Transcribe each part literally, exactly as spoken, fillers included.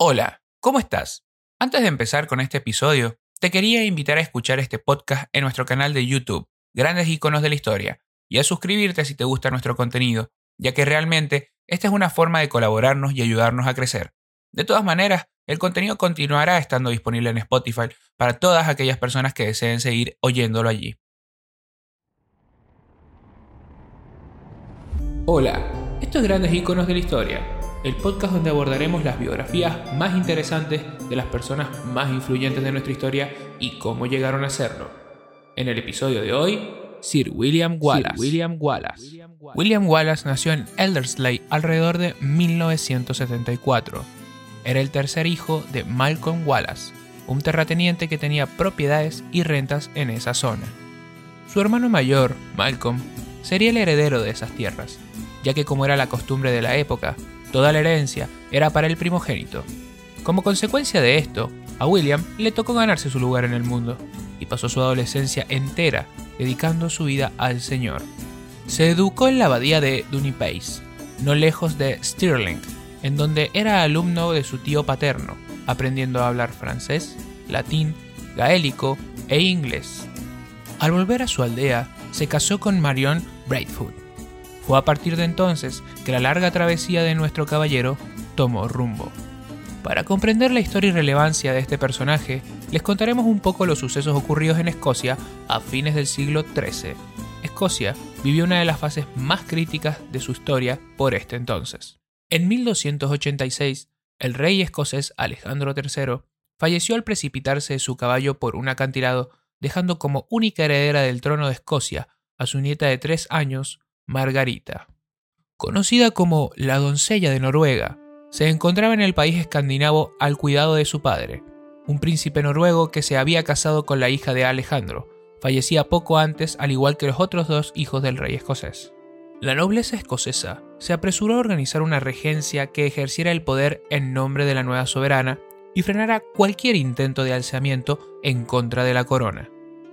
Hola, ¿cómo estás? Antes de empezar con este episodio, te quería invitar a escuchar este podcast en nuestro canal de YouTube, Grandes Iconos de la Historia, y a suscribirte si te gusta nuestro contenido, ya que realmente esta es una forma de colaborarnos y ayudarnos a crecer. De todas maneras, el contenido continuará estando disponible en Spotify para todas aquellas personas que deseen seguir oyéndolo allí. Hola, esto es Grandes Iconos de la Historia, el podcast donde abordaremos las biografías más interesantes de las personas más influyentes de nuestra historia y cómo llegaron a serlo. En el episodio de hoy, Sir William Wallace. Sir William Wallace. William Wallace nació en Elderslie alrededor de mil novecientos setenta y cuatro. Era el tercer hijo de Malcolm Wallace, un terrateniente que tenía propiedades y rentas en esa zona. Su hermano mayor, Malcolm, sería el heredero de esas tierras, ya que como era la costumbre de la época, toda la herencia era para el primogénito. Como consecuencia de esto, a William le tocó ganarse su lugar en el mundo, y pasó su adolescencia entera dedicando su vida al Señor. Se educó en la abadía de Dunipace, no lejos de Stirling, en donde era alumno de su tío paterno, aprendiendo a hablar francés, latín, gaélico e inglés. Al volver a su aldea, se casó con Marion Braidwood. Fue a partir de entonces que la larga travesía de nuestro caballero tomó rumbo. Para comprender la historia y relevancia de este personaje, les contaremos un poco los sucesos ocurridos en Escocia a fines del siglo trece. Escocia vivió una de las fases más críticas de su historia por este entonces. En mil doscientos ochenta y seis, el rey escocés Alejandro tercero falleció al precipitarse de su caballo por un acantilado, dejando como única heredera del trono de Escocia a su nieta de tres años, Margarita. Conocida como la doncella de Noruega, se encontraba en el país escandinavo al cuidado de su padre, un príncipe noruego que se había casado con la hija de Alejandro. Fallecía poco antes, al igual que los otros dos hijos del rey escocés. La nobleza escocesa se apresuró a organizar una regencia que ejerciera el poder en nombre de la nueva soberana y frenara cualquier intento de alzamiento en contra de la corona.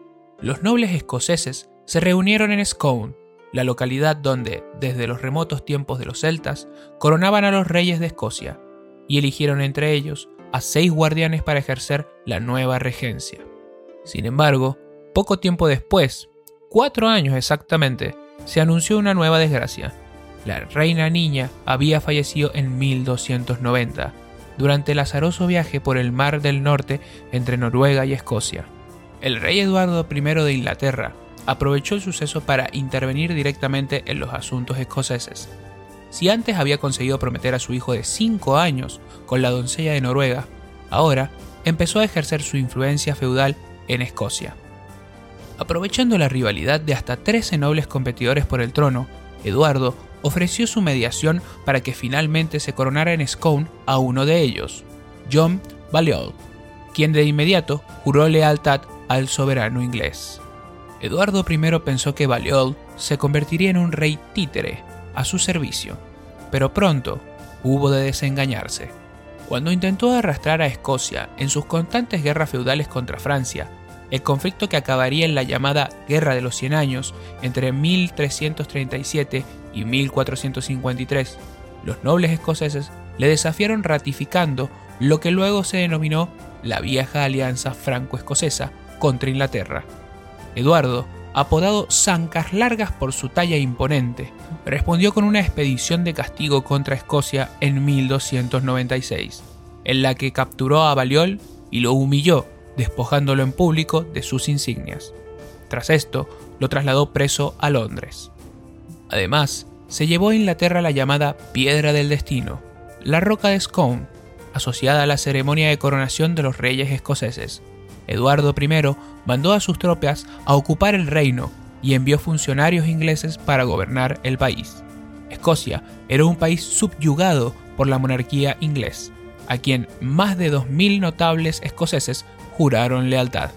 Los nobles escoceses se reunieron en Scone, la localidad donde, desde los remotos tiempos de los celtas, coronaban a los reyes de Escocia, y eligieron entre ellos a seis guardianes para ejercer la nueva regencia. Sin embargo, poco tiempo después, cuatro años exactamente, se anunció una nueva desgracia. La reina niña había fallecido en mil doscientos noventa, durante el azaroso viaje por el Mar del Norte entre Noruega y Escocia. El rey Eduardo primero de Inglaterra aprovechó el suceso para intervenir directamente en los asuntos escoceses. Si antes había conseguido prometer a su hijo de cinco años con la doncella de Noruega, ahora empezó a ejercer su influencia feudal en Escocia. Aprovechando la rivalidad de hasta trece nobles competidores por el trono, Eduardo ofreció su mediación para que finalmente se coronara en Scone a uno de ellos, John Balliol, quien de inmediato juró lealtad al soberano inglés. Eduardo primero pensó que Balliol se convertiría en un rey títere a su servicio, pero pronto hubo de desengañarse. Cuando intentó arrastrar a Escocia en sus constantes guerras feudales contra Francia, el conflicto que acabaría en la llamada Guerra de los Cien Años entre mil trescientos treinta y siete y mil cuatrocientos cincuenta y tres, los nobles escoceses le desafiaron ratificando lo que luego se denominó la Vieja Alianza Franco-Escocesa contra Inglaterra. Eduardo, apodado Zancas Largas por su talla imponente, respondió con una expedición de castigo contra Escocia en mil doscientos noventa y seis, en la que capturó a Balliol y lo humilló, despojándolo en público de sus insignias. Tras esto, lo trasladó preso a Londres. Además, se llevó a Inglaterra la llamada Piedra del Destino, la roca de Scone, asociada a la ceremonia de coronación de los reyes escoceses. Eduardo primero mandó a sus tropas a ocupar el reino y envió funcionarios ingleses para gobernar el país. Escocia era un país subyugado por la monarquía inglés, a quien más de dos mil notables escoceses juraron lealtad.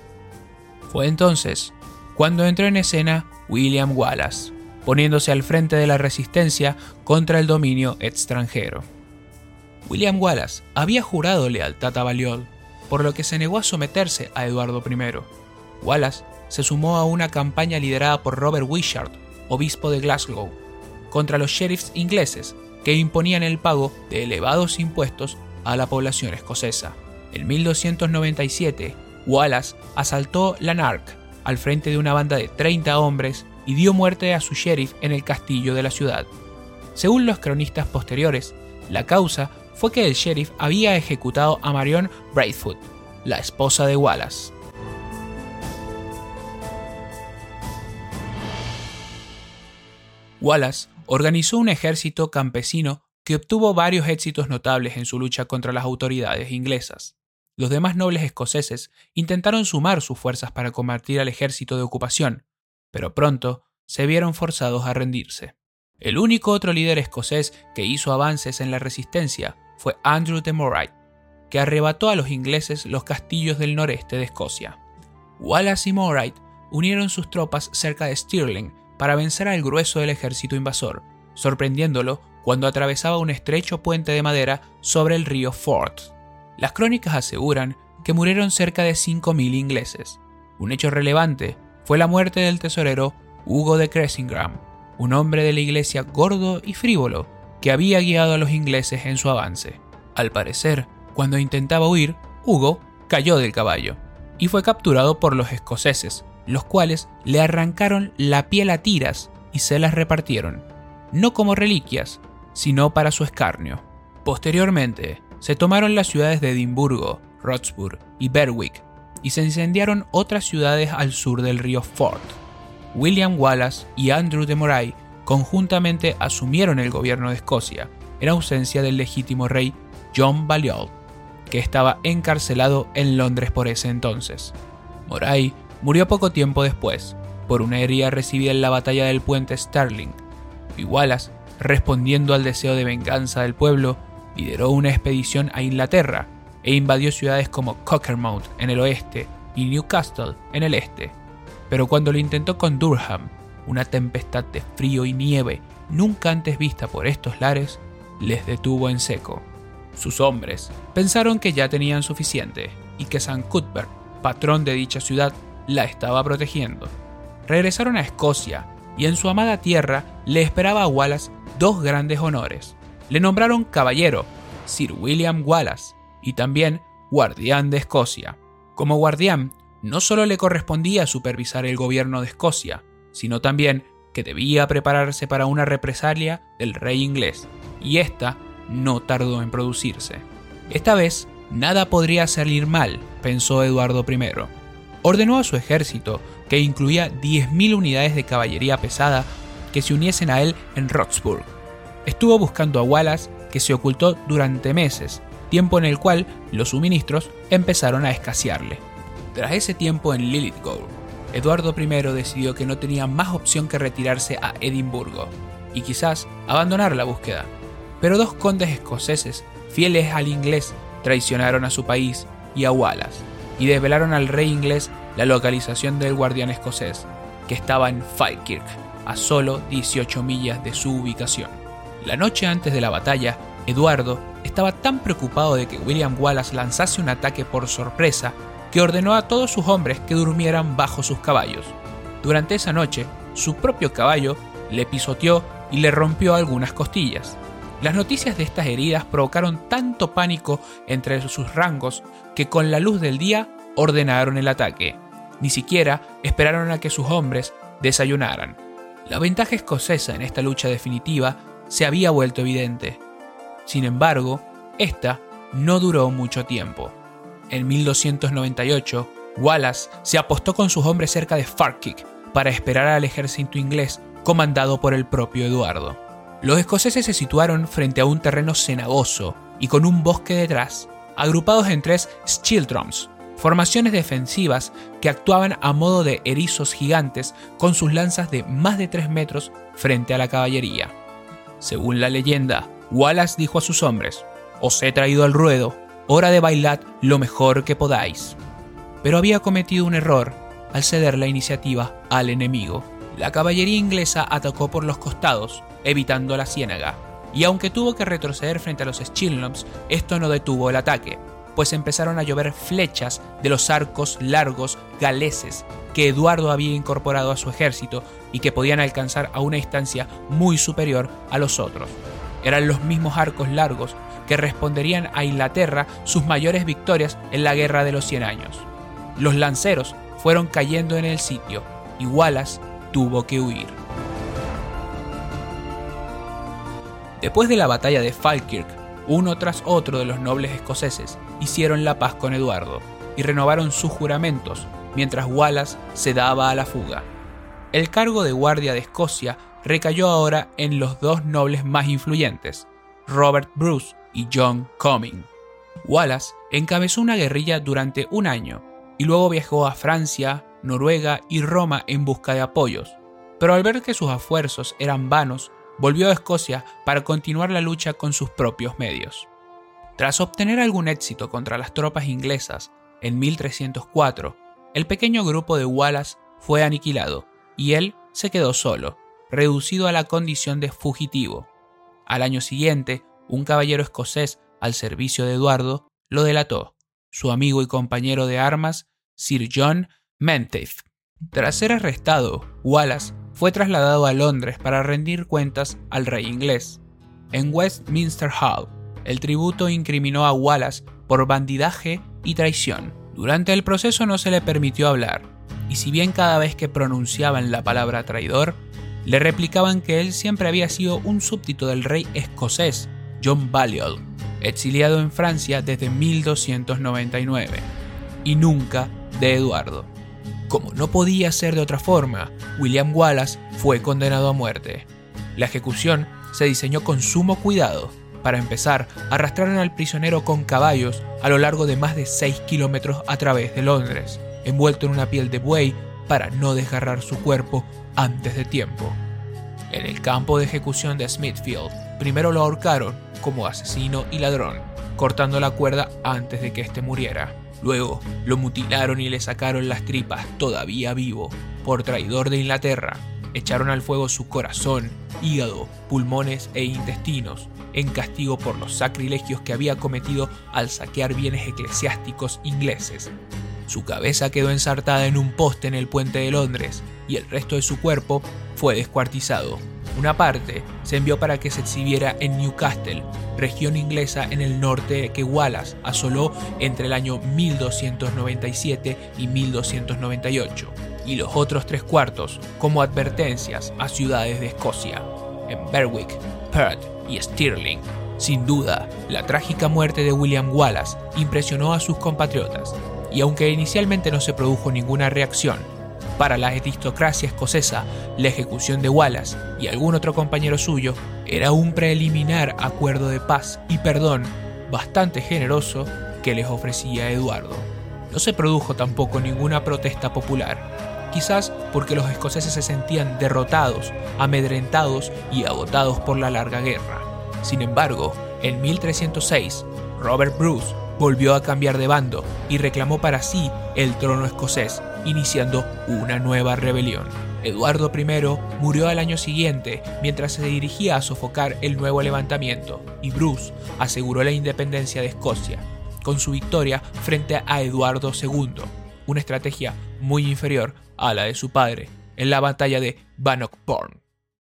Fue entonces cuando entró en escena William Wallace, poniéndose al frente de la resistencia contra el dominio extranjero. William Wallace había jurado lealtad a Balliol, por lo que se negó a someterse a Eduardo primero. Wallace se sumó a una campaña liderada por Robert Wishart, obispo de Glasgow, contra los sheriffs ingleses que imponían el pago de elevados impuestos a la población escocesa. En mil doscientos noventa y siete, Wallace asaltó Lanark al frente de una banda de treinta hombres y dio muerte a su sheriff en el castillo de la ciudad. Según los cronistas posteriores, la causa fue que el sheriff había ejecutado a Marion Braithwaite, la esposa de Wallace. Wallace organizó un ejército campesino que obtuvo varios éxitos notables en su lucha contra las autoridades inglesas. Los demás nobles escoceses intentaron sumar sus fuerzas para combatir al ejército de ocupación, pero pronto se vieron forzados a rendirse. El único otro líder escocés que hizo avances en la resistencia fue Andrew de Moray, que arrebató a los ingleses los castillos del noreste de Escocia. Wallace y Moray unieron sus tropas cerca de Stirling para vencer al grueso del ejército invasor, sorprendiéndolo cuando atravesaba un estrecho puente de madera sobre el río Forth. Las crónicas aseguran que murieron cerca de cinco mil ingleses. Un hecho relevante fue la muerte del tesorero Hugo de Cressingham, un hombre de la iglesia gordo y frívolo que había guiado a los ingleses en su avance. Al parecer, cuando intentaba huir, Hugo cayó del caballo y fue capturado por los escoceses, los cuales le arrancaron la piel a tiras y se las repartieron, no como reliquias, sino para su escarnio. Posteriormente, se tomaron las ciudades de Edimburgo, Roxburgh y Berwick, y se incendiaron otras ciudades al sur del río Forth. William Wallace y Andrew de Moray conjuntamente asumieron el gobierno de Escocia, en ausencia del legítimo rey John Balliol, que estaba encarcelado en Londres por ese entonces. Moray murió poco tiempo después, por una herida recibida en la batalla del puente Stirling, y Wallace, respondiendo al deseo de venganza del pueblo, lideró una expedición a Inglaterra e invadió ciudades como Cockermouth en el oeste y Newcastle en el este. Pero cuando lo intentó con Durham, una tempestad de frío y nieve nunca antes vista por estos lares les detuvo en seco. Sus hombres pensaron que ya tenían suficiente y que San Cuthbert, patrón de dicha ciudad, la estaba protegiendo. Regresaron a Escocia y en su amada tierra le esperaba a Wallace dos grandes honores. Le nombraron caballero, Sir William Wallace, y también guardián de Escocia. Como guardián, no solo le correspondía supervisar el gobierno de Escocia, sino también que debía prepararse para una represalia del rey inglés, y esta no tardó en producirse. Esta vez, nada podría salir mal, pensó Eduardo primero. Ordenó a su ejército, que incluía diez mil unidades de caballería pesada, que se uniesen a él en Roxburgh. Estuvo buscando a Wallace, que se ocultó durante meses, tiempo en el cual los suministros empezaron a escasearle. Tras ese tiempo en Lilithgow, Eduardo primero decidió que no tenía más opción que retirarse a Edimburgo y quizás abandonar la búsqueda. Pero dos condes escoceses, fieles al inglés, traicionaron a su país y a Wallace y desvelaron al rey inglés la localización del guardián escocés, que estaba en Falkirk, a solo dieciocho millas de su ubicación. La noche antes de la batalla, Eduardo estaba tan preocupado de que William Wallace lanzase un ataque por sorpresa que ordenó a todos sus hombres que durmieran bajo sus caballos. Durante esa noche, su propio caballo le pisoteó y le rompió algunas costillas. Las noticias de estas heridas provocaron tanto pánico entre sus rangos que con la luz del día ordenaron el ataque. Ni siquiera esperaron a que sus hombres desayunaran. La ventaja escocesa en esta lucha definitiva se había vuelto evidente. Sin embargo, esta no duró mucho tiempo. En mil doscientos noventa y ocho, Wallace se apostó con sus hombres cerca de Falkirk para esperar al ejército inglés comandado por el propio Eduardo. Los escoceses se situaron frente a un terreno cenagoso y con un bosque detrás, agrupados en tres schiltroms, formaciones defensivas que actuaban a modo de erizos gigantes con sus lanzas de más de tres metros frente a la caballería. Según la leyenda, Wallace dijo a sus hombres: «Os he traído al ruedo, hora de bailar lo mejor que podáis». Pero había cometido un error al ceder la iniciativa al enemigo. La caballería inglesa atacó por los costados, evitando la ciénaga, y aunque tuvo que retroceder frente a los schiltroms, esto no detuvo el ataque, pues empezaron a llover flechas de los arcos largos galeses que Eduardo había incorporado a su ejército y que podían alcanzar a una distancia muy superior a los otros. Eran los mismos arcos largos que responderían a Inglaterra sus mayores victorias en la Guerra de los Cien Años. Los lanceros fueron cayendo en el sitio y Wallace tuvo que huir. Después de la batalla de Falkirk, uno tras otro de los nobles escoceses hicieron la paz con Eduardo y renovaron sus juramentos, mientras Wallace se daba a la fuga. El cargo de guardia de Escocia recayó ahora en los dos nobles más influyentes, Robert Bruce y John Comyn. Wallace encabezó una guerrilla durante un año y luego viajó a Francia, Noruega y Roma en busca de apoyos, pero al ver que sus esfuerzos eran vanos, volvió a Escocia para continuar la lucha con sus propios medios. Tras obtener algún éxito contra las tropas inglesas en mil trescientos cuatro, el pequeño grupo de Wallace fue aniquilado y él se quedó solo, reducido a la condición de fugitivo. Al año siguiente, un caballero escocés al servicio de Eduardo lo delató, su amigo y compañero de armas, Sir John Menteith. Tras ser arrestado, Wallace fue trasladado a Londres para rendir cuentas al rey inglés. En Westminster Hall, el tributo incriminó a Wallace por bandidaje y traición. Durante el proceso no se le permitió hablar, y si bien cada vez que pronunciaban la palabra traidor, le replicaban que él siempre había sido un súbdito del rey escocés, John Balliol, exiliado en Francia desde mil doscientos noventa y nueve, y nunca de Eduardo. Como no podía ser de otra forma, William Wallace fue condenado a muerte. La ejecución se diseñó con sumo cuidado. Para empezar, arrastraron al prisionero con caballos a lo largo de más de seis kilómetros a través de Londres, envuelto en una piel de buey para no desgarrar su cuerpo antes de tiempo. En el campo de ejecución de Smithfield, primero lo ahorcaron como asesino y ladrón, cortando la cuerda antes de que éste muriera. Luego lo mutilaron y le sacaron las tripas todavía vivo, por traidor de Inglaterra. Echaron al fuego su corazón, hígado, pulmones e intestinos, en castigo por los sacrilegios que había cometido al saquear bienes eclesiásticos ingleses. Su cabeza quedó ensartada en un poste en el puente de Londres y el resto de su cuerpo fue descuartizado. Una parte se envió para que se exhibiera en Newcastle, región inglesa en el norte que Wallace asoló entre el año mil doscientos noventa y siete y mil doscientos noventa y ocho, y los otros tres cuartos como advertencias a ciudades de Escocia, en Berwick, Perth y Stirling. Sin duda, la trágica muerte de William Wallace impresionó a sus compatriotas, y aunque inicialmente no se produjo ninguna reacción, para la aristocracia escocesa, la ejecución de Wallace y algún otro compañero suyo era un preliminar acuerdo de paz y perdón bastante generoso que les ofrecía Eduardo. No se produjo tampoco ninguna protesta popular, quizás porque los escoceses se sentían derrotados, amedrentados y agotados por la larga guerra. Sin embargo, en mil trescientos seis, Robert Bruce volvió a cambiar de bando y reclamó para sí el trono escocés, iniciando una nueva rebelión. Eduardo primero murió al año siguiente mientras se dirigía a sofocar el nuevo levantamiento, y Bruce aseguró la independencia de Escocia, con su victoria frente a Eduardo segundo, una estrategia muy inferior a la de su padre en la batalla de Bannockburn.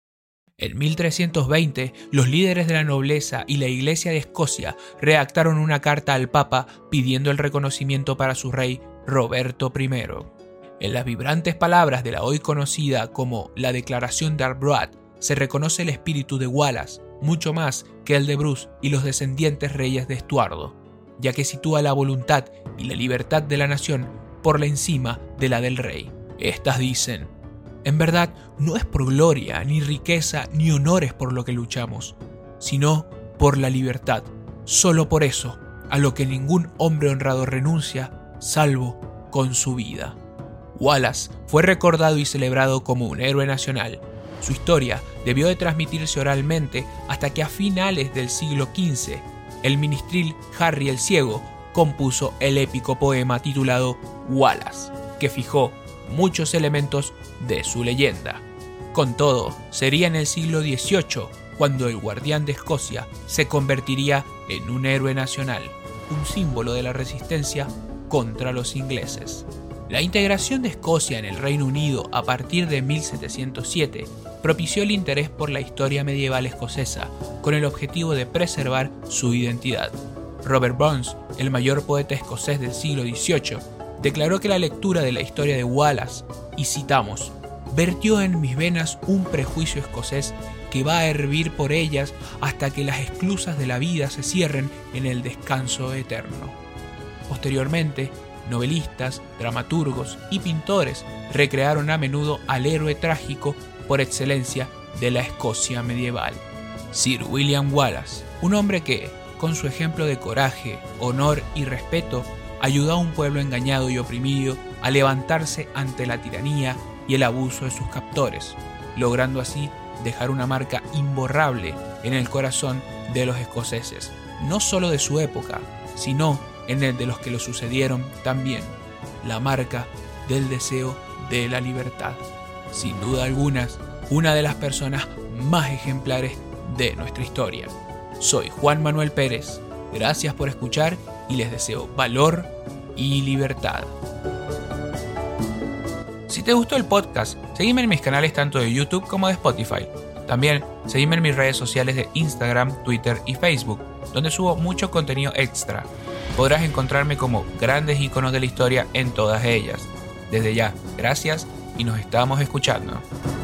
En mil trescientos veinte, los líderes de la nobleza y la Iglesia de Escocia redactaron una carta al Papa pidiendo el reconocimiento para su rey Roberto primero. En las vibrantes palabras de la hoy conocida como la Declaración de Arbroath se reconoce el espíritu de Wallace mucho más que el de Bruce y los descendientes reyes de Estuardo, ya que sitúa la voluntad y la libertad de la nación por la encima de la del rey. Estas dicen: en verdad, no es por gloria, ni riqueza, ni honores por lo que luchamos, sino por la libertad. Solo por eso, a lo que ningún hombre honrado renuncia, salvo con su vida. Wallace fue recordado y celebrado como un héroe nacional. Su historia debió de transmitirse oralmente hasta que a finales del siglo quince, el ministril Harry el Ciego compuso el épico poema titulado Wallace, que fijó muchos elementos de su leyenda. Con todo, sería en el siglo dieciocho cuando el guardián de Escocia se convertiría en un héroe nacional, un símbolo de la resistencia contra los ingleses. La integración de Escocia en el Reino Unido a partir de mil setecientos siete propició el interés por la historia medieval escocesa, con el objetivo de preservar su identidad. Robert Burns, el mayor poeta escocés del siglo dieciocho, declaró que la lectura de la historia de Wallace, y citamos, vertió en mis venas un prejuicio escocés que va a hervir por ellas hasta que las esclusas de la vida se cierren en el descanso eterno. Posteriormente, novelistas, dramaturgos y pintores recrearon a menudo al héroe trágico por excelencia de la Escocia medieval. Sir William Wallace, un hombre que, con su ejemplo de coraje, honor y respeto, ayudó a un pueblo engañado y oprimido a levantarse ante la tiranía y el abuso de sus captores, logrando así dejar una marca imborrable en el corazón de los escoceses, no solo de su época, sino en el de los que lo sucedieron también, la marca del deseo de la libertad. Sin duda alguna, una de las personas más ejemplares de nuestra historia. Soy Juan Manuel Pérez, gracias por escuchar y les deseo valor y libertad. Si te gustó el podcast, seguime en mis canales tanto de YouTube como de Spotify. También seguime en mis redes sociales de Instagram, Twitter y Facebook, donde subo mucho contenido extra. Podrás encontrarme como grandes íconos de la historia en todas ellas. Desde ya, gracias y nos estamos escuchando.